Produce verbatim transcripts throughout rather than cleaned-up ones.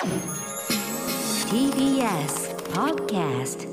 ティービーエス Podcast。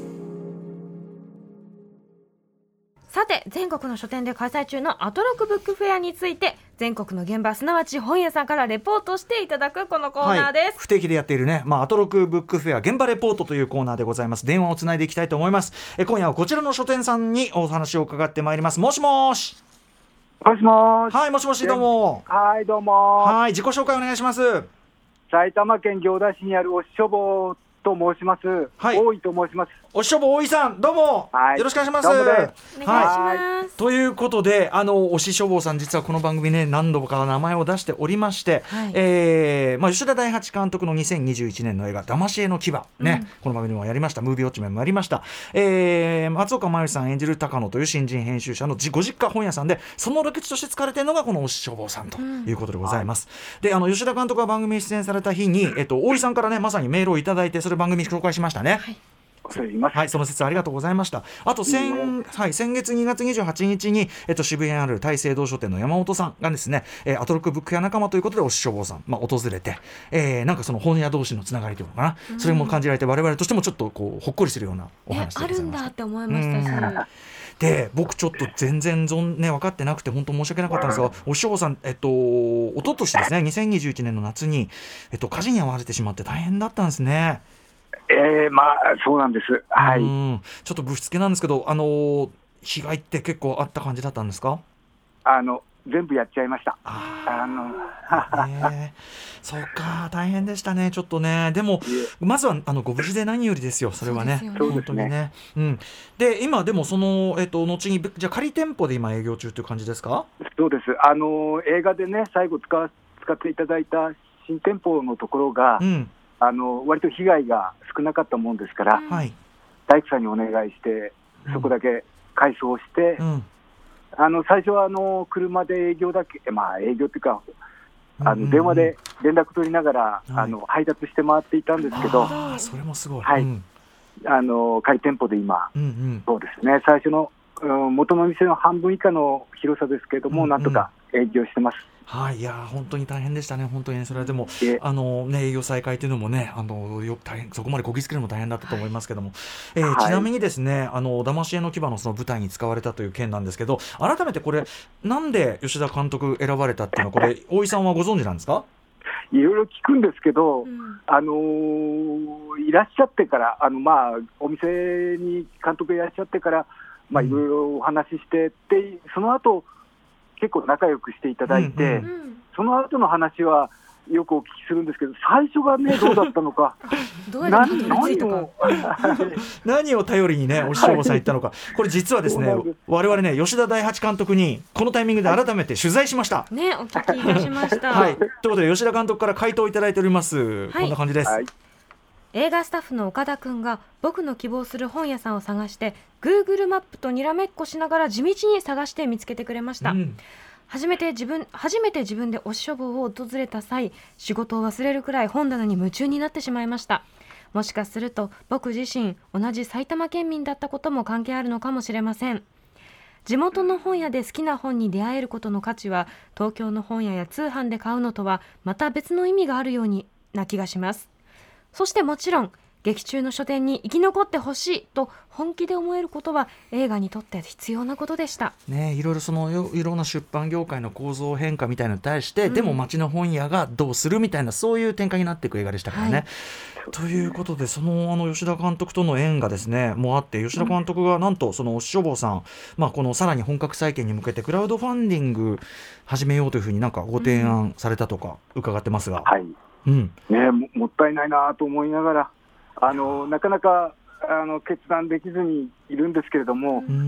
さて、全国の書店で開催中のアトロクブックフェアについて、全国の現場すなわち本屋さんからレポートしていただくこのコーナーです、はい、 不定期でやっているね、まあ、アトロクブックフェア現場レポートというコーナーでございます。電話をつないでいきたいと思います。え今夜はこちらの書店さんにお話を伺ってまいります。もしもし。 もしもし。 はい、もしもし、どうも。 はい、どうも。 はい、自己紹介お願いします。 埼玉県行田市にあるおし書房と申します。はい、大井と申します。 おし書房大井さん、どうも、はい、よろしくお願いします。 お願いします。 ということで、あのおし書房さん、実はこの番組ね、何度か名前を出しておりまして、はい、えーまあ、吉田大八監督のにせんにじゅういちねんの映画騙し絵の牙ね、うん、この番組もやりました。ムービーウォッチメンもやりました。えー、松岡茉優さん演じる高野という新人編集者のご実家本屋さんで、そのロケ地として使われているのがこのおし書房さんということでございます、うん、で、あの吉田監督が番組に出演された日に、えっと、大井さんからね、まさにメールをいただいて、それ番組紹介しましたね。はい、はい、その説ありがとうございました。あと先、はい、先月にがつにじゅうはちにちに、えっと、渋谷にある大聖堂書店の山本さんがですね、えー、アトロックブック屋仲間ということでおし書房さん、まあ、訪れて、えー、なんかその本屋同士のつながりというのかな、うん、それも感じられて、我々としてもちょっとこうほっこりするようなお話でございました。 あるんだって思いましたし、うん、 で僕ちょっと全然ぞん、ね、分かってなくて本当申し訳なかったんですが、おし書房さん、えっと一昨年ですね、にせんにじゅういちねんの夏に、えっと、火事に遭われてしまって大変だったんですね。 えー、まあそうなんです、はい、 うんちょっとぶしつけなんですけど、あのー、被害って結構あった感じだったんですか？ あの全部やっちゃいました。 ああのね、そうか、大変でしたね、ちょっとね。でもまずはあのご無事で何よりですよ、それはね。 そうですよね、 本当にね。うん、で今でもその、えっと、後にじゃあ仮店舗で今営業中という感じですか？ そうです。あの映画でね、最後使わ使っていただいた新店舗のところが、うん、あの割と被害が少なかったもんですから、はい、大工さんにお願いしてそこだけ改装して、うん、あの最初はあの車で営業だけ、まあ営業っていうか、あの電話で連絡取りながら、うんうん、あの配達して回っていたんですけど、 あそれもすごい、 はい、うん、あの仮店舗で今、うんうん、そうですね、最初の、うん、元の店の半分以下の広さですけれども、うんうん、なんとか営業してます。 はい、いや本当に大変でしたね、本当に、ね、それはでもあの、ね、営業再開というのもね、あのよ大変そこまでこぎつけるのも大変だったと思いますけども、はい、えーはい、ちなみにですね、あの騙し絵の牙のその舞台に使われたという件なんですけど、改めてこれなんで吉田監督選ばれたっていうのは、これ大井さんはご存知なんですか？ いろいろ聞くんですけど、うん、あのー、いらっしゃってから、あの、まあ、お店に監督いらっしゃってから、まあ、いろいろお話ししてって、うん、その後結構仲良くしていただいて、うんうん、その後の話はよくお聞きするんですけど、最初がねどうだったのかどうやって何を何を頼りにねおし書房さん行ったのか、これ実はですね、我々ね吉田大八監督にこのタイミングで改めて取材しました、はい、 ね、お聞きいたしましたはい、ということで吉田監督から回答いただいております、はい、こんな感じです、はい、 映画スタッフの岡田くんが僕の希望する本屋さんを探して Google マップとにらめっこしながら地道に探して見つけてくれました、うん、初めて自分初めて自分でおし書房を訪れた際、仕事を忘れるくらい本棚に夢中になってしまいました。もしかすると僕自身同じ埼玉県民だったことも関係あるのかもしれません。地元の本屋で好きな本に出会えることの価値は東京の本屋や通販で買うのとはまた別の意味があるようにな気がします。そしてもちろん劇中の書店に生き残ってほしいと本気で思えることは映画にとって必要なことでした、 ね、いろいろそのいろんな出版業界の構造変化みたいなのに対して、うん、でも町の本屋がどうするみたいな、そういう展開になっていく映画でしたからね、はい、ということでその、あの吉田監督との縁がですねもうあって、吉田監督がなんとそのおし書房さん、まあ、このさらに本格再建に向けてクラウドファンディング始めようというふうになんかご提案されたとか伺ってますが、 はい、うんね、も, もったいないなと思いながら、あのなかなかあの決断できずにいるんですけれども、うん、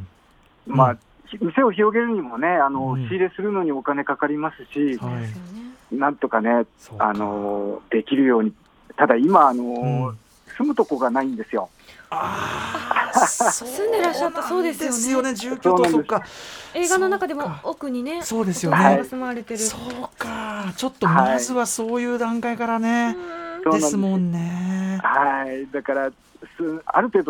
まあ、うん、店を広げるにもね、あの、うん、仕入れするのにお金かかりますし、はい、なんとかねあのできるように、ただ今あの、うん、住むとこがないんですよ。 あ住んでらっしゃったそうですよね。 ですよね、住居と、そっか、 映画の中でも奥にね、 そうですよね、 が住まれてる、 そうか、ちょっとまずはそういう段階からね、はい、ですもんね。 はい、だからある程度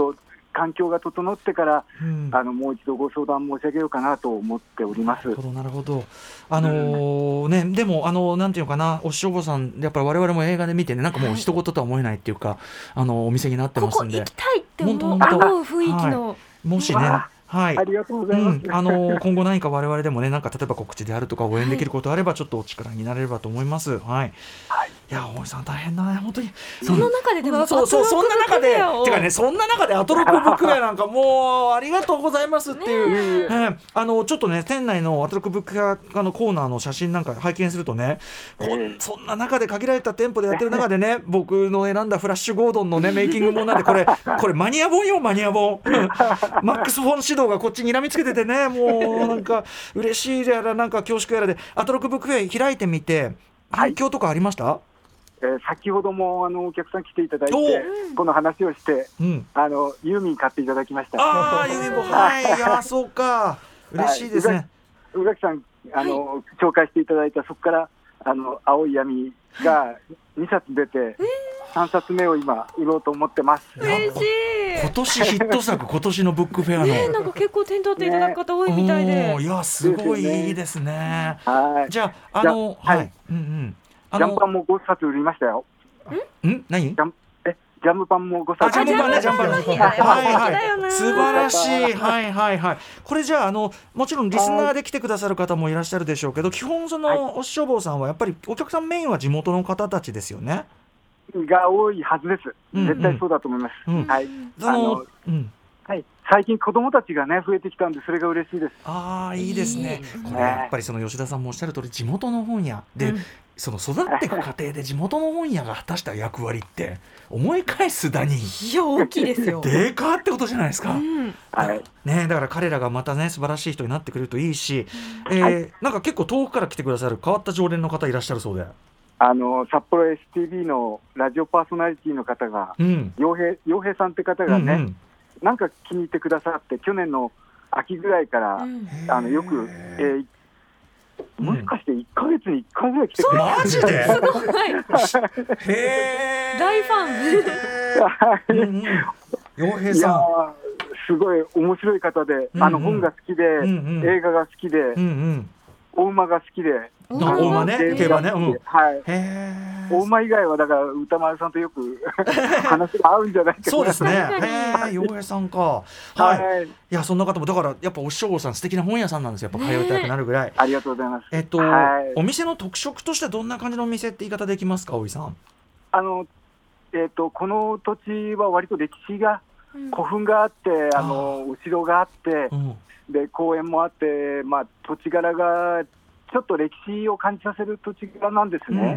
環境が整ってから、 うん、 あのもう一度ご相談申し上げようかなと思っております。 なるほどなるほど。あのーね、でもあのなんていうのかな、お師匠さんやっぱり我々も映画で見てね、なんかもう一言とは思えないっていうか、はい、あのお店になってますんで、 ここ行きたいって思う、思う雰囲気の、はい、 もしね、はい、 ありがとうございます、 うん、あの今後何か我々でもね、なんか例えば告知であるとか応援できることあればちょっとお力になれればと思います。はい、はい、いや大井さん大変だね本当に。 その中ででも、 そうそう、そんな中でてかね、そんな中でアトロックブックフェアなんかもうありがとうございますっていう、ねえー、あのちょっとね店内のアトロックブックフェアのコーナーの写真なんか拝見するとね、こそんな中で限られた店舗でやってる中でね、僕の選んだフラッシュゴードンのねメイキングもなんで、これこれマニア本よマニア本マックス・フォン指導がこっちにらみつけててね、もうなんか嬉しいやらなんか恐縮やらで、アトロックブックフェア開いてみて反響とかありました？はい、 えー、先ほどもあのお客さん来ていただいてこの話をして、うん、あのユーミン買っていただきました。 ああユーミンもはいいやそうか嬉しいですね。はい、 宇垣さんあの、はい、紹介していただいたそこからあの青い闇がにさつ出て、えー、さんさつめを今売ろうと思ってます。 嬉しい。 今年ヒット作今年のブックフェアの、 ね、なんか結構手に取っていただく方多いみたいで、 ね、いやすごいいいですね。 はい、 じゃああのはい、はい、うんうんジャンパンもごさつ売りましたよ。 ん？何？ ジャンえジャムパンもごさつ。 あジャムパンねジャムパンね。はいはい。素晴らしい。はいはいはい。これじゃああのもちろんリスナーで来てくださる方もいらっしゃるでしょうけど、基本その、はい、お師匠坊さんはやっぱりお客さんメインは地元の方たちですよね。 が多いはずです。うんうん、絶対そうだと思います。うん、はい。あの、うん、はい。最近子どもたちがね増えてきたんでそれが嬉しいです。 ああいいですね。これやっぱりその吉田さんもおっしゃる通り地元の本屋で、うん、その育っていく過程で地元の本屋が果たした役割って思い返すだにいや大きいですよ。 でかってことじゃないですか。うん、 はいね、だから彼らがまたね素晴らしい人になってくれるといいし、うん、えーはい、なんか結構遠くから来てくださる変わった常連の方いらっしゃるそうで。 あの札幌 エスティービー のラジオパーソナリティの方が、うん、陽平、陽平さんって方がね、うんうん、なんか気に入ってくださって去年の秋ぐらいから、うん、あのよく、えー、もしかしていっかげつにいっかいぐらい来てくれる、 うん、マジでへー大ファン陽平さんすごい面白い方で、うんうん、あの本が好きで、うんうん、映画が好きで、うんうん、お馬が好きでお馬ね競馬ね、うん、 はい、へお馬以外はだから歌丸さんとよく話が合うんじゃないかな。 そうですね。へえ陽平さんか、はい、はい、いやそんな方もだからやっぱお師匠さん素敵な本屋さんなんですよ。やっぱ通いたくなるぐらい。 ありがとうございます。 えっと、はい、お店の特色としてどんな感じのお店って言い方できますか大井さん。 あのえっとこの土地は割と歴史が、うん、古墳があってあのお城があって、うん、で公園もあって、まあ土地柄がちょっと歴史を感じさせる土地柄なんですね、うんうんうん、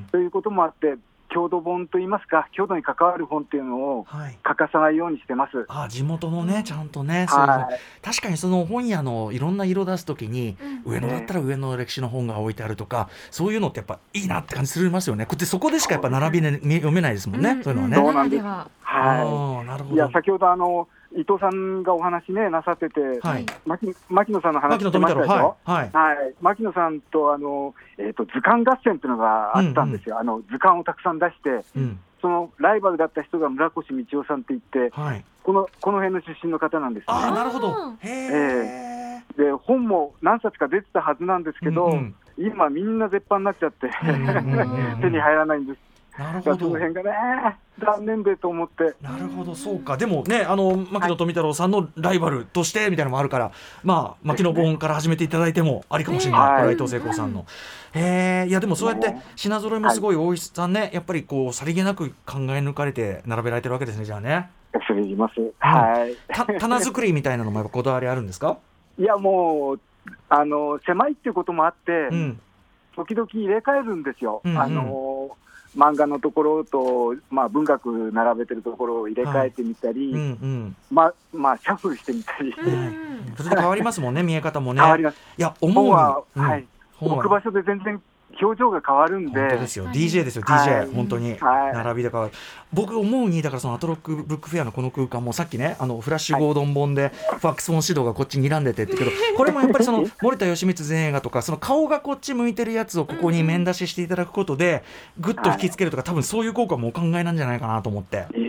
ということもあって郷土本といいますか郷土に関わる本っていうのを欠かさないようにしてます、 はい、あ地元のねちゃんとね、そういう、はい、確かにその本屋のいろんな色出すときに、うん、上野だったら上野の歴史の本が置いてあるとか、そういうのってやっぱいいなって感じするますよね。こっちそこでしかやっぱ並びで、ね、読めないですもんね、うん、そういうのはね。 そうなんです、はい、なるほど。いや先ほどあの伊藤さんがお話ねなさってて、はい、牧, 牧野さんの話してましたでしょ。はいはいはい、牧野さんとあの、えー、と図鑑合戦っていうのがあったんですよ、うんうん、あの図鑑をたくさん出して、うん、そのライバルだった人が村越道夫さんって言って、はい、このこの辺の出身の方なんですね。 あなるほど。へえー、で本も何冊か出てたはずなんですけど、うんうん、今みんな絶版になっちゃって手に入らないんです。なるほど。その辺がね残念でと思って。 なるほどそうか。でもねあの牧野富太郎さんのライバルとしてみたいなのもあるから、まあ牧野本から始めていただいてもありかもしれない、はい、これは伊藤聖子さんの、うん、へえ。いやでもそうやって品揃えもすごい大石さんね、はい、やっぱりこうさりげなく考え抜かれて並べられてるわけですね。じゃあねそれ言います、はい、 た棚作りみたいなのもやっぱこだわりあるんですか。 いやもうあの狭いっていうこともあって、うん、時々入れ替えるんですよ、うんうん、あの漫画のところと、まあ、文学並べてるところを入れ替えてみたり、はいうんうんままあ、シャッフルしてみたり、うん、 それで変わりますもんね見え方もね。 変わります。 いや思う本は、うん、はい、置く場所で全然表情が変わるんで。 本当ですよ、はい、ディージェー ですよ ディージェー、はい、本当に、はい、並びで変わる。僕思うにだからそのアトロックブックフェアのこの空間もさっきねあのフラッシュゴードン本でファックス本指導がこっちに睨んでてってけどこれもやっぱりその森田義満前映画とかその顔がこっち向いてるやつをここに面出ししていただくことでぐっと引きつけるとか多分そういう効果もお考えなんじゃないかなと思って。 えー、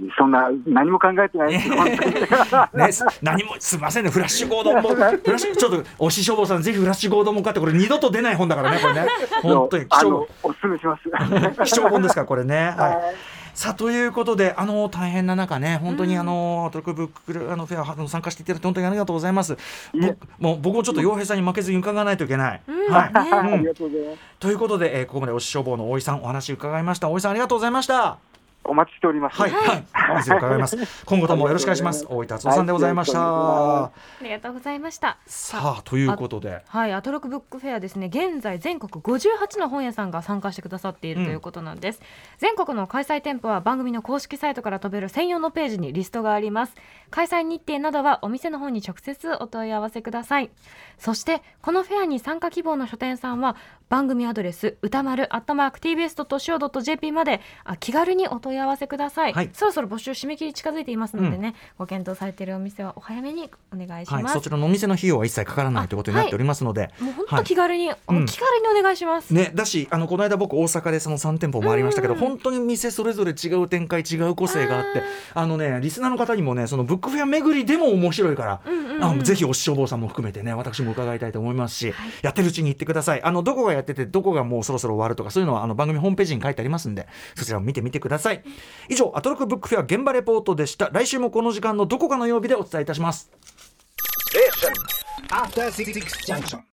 そんな何も考えてないですよ、ね、 何もすみませんね、フラッシュゴードンもフラッシュちょっとおし書房さんぜひフラッシュゴードンも買って、これ二度と出ない本だからねこれね本当に貴重おすすめします貴重本ですからこれね、はい、さあということで、あの大変な中ね、本当にあの、うん、トルクブックあのフェア参加していただいて本当にありがとうございます。もう僕もちょっと洋平さんに負けずに伺わないといけない、 うんはい、 ね、 うん、 ありがとうございます。 ということで、えー、ここまでおし書房の大井さんお話伺いました。大井さんありがとうございました。 お待ちしております。 はい、はい、いずれ伺います。今後ともよろしくお願いします。大井達夫さんでございました。 ありがとうございました。 さあということで、 はい、アトロクブックフェアですね、現在全国ごじゅうはちの本屋さんが参加してくださっているということなんです、うん、全国の開催店舗は番組の公式サイトから飛べる専用のページにリストがあります。開催日程などはお店の方に直接お問い合わせください。そしてこのフェアに参加希望の書店さんは番組アドレス歌丸アットマーク ティービーエスドットシーオードットジェーピー まであ気軽にお問い合わせください、はい、そろそろ募集締め切り近づいていますのでね、うん、ご検討されているお店はお早めにお願いします、はい、 そちらのお店の費用は一切かからないということになっておりますので、はい、 もう本当気軽に、はい、気軽にお願いします、 うん、ね、だしあのこの間僕大阪でそのさん店舗回りましたけど、本当に店それぞれ違う展開違う個性があって、あのねリスナーの方にもねそのブックフェア巡りでも面白いから、うんうんうん、あのぜひおし書房さんも含めてね私も伺いたいと思いますし、はい、やってるうちに行ってください。あのどこがやっててどこがもうそろそろ終わるとかそういうのはあの番組ホームページに書いてありますんで、そちらを見てみてください。以上アトロクブックフェア現場レポートでした。来週もこの時間のどこかの曜日でお伝えいたします。